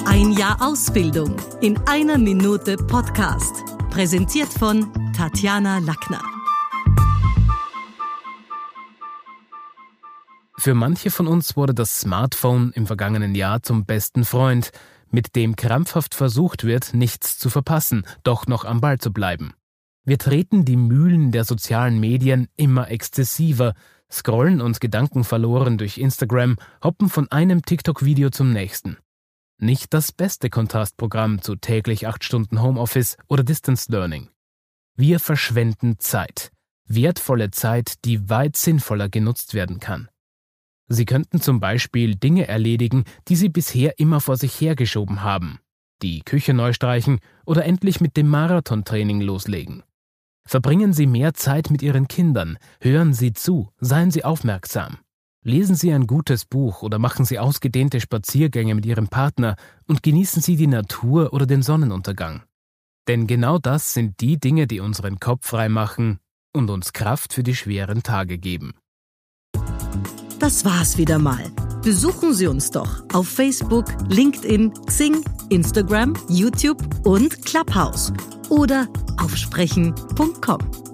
Ein Jahr Ausbildung in einer Minute Podcast. Präsentiert von Tatjana Lackner. Für manche von uns wurde das Smartphone im vergangenen Jahr zum besten Freund, mit dem krampfhaft versucht wird, nichts zu verpassen, doch noch am Ball zu bleiben. Wir treten die Mühlen der sozialen Medien immer exzessiver, scrollen uns gedankenverloren durch Instagram, hoppen von einem TikTok-Video zum nächsten. Nicht das beste Kontrastprogramm zu täglich 8 Stunden Homeoffice oder Distance Learning. Wir verschwenden Zeit. Wertvolle Zeit, die weit sinnvoller genutzt werden kann. Sie könnten zum Beispiel Dinge erledigen, die Sie bisher immer vor sich hergeschoben haben. Die Küche neu streichen oder endlich mit dem Marathontraining loslegen. Verbringen Sie mehr Zeit mit Ihren Kindern, hören Sie zu, seien Sie aufmerksam. Lesen Sie ein gutes Buch oder machen Sie ausgedehnte Spaziergänge mit Ihrem Partner und genießen Sie die Natur oder den Sonnenuntergang. Denn genau das sind die Dinge, die unseren Kopf frei machen und uns Kraft für die schweren Tage geben. Das war's wieder mal. Besuchen Sie uns doch auf Facebook, LinkedIn, Xing, Instagram, YouTube und Clubhouse oder auf sprechen.com.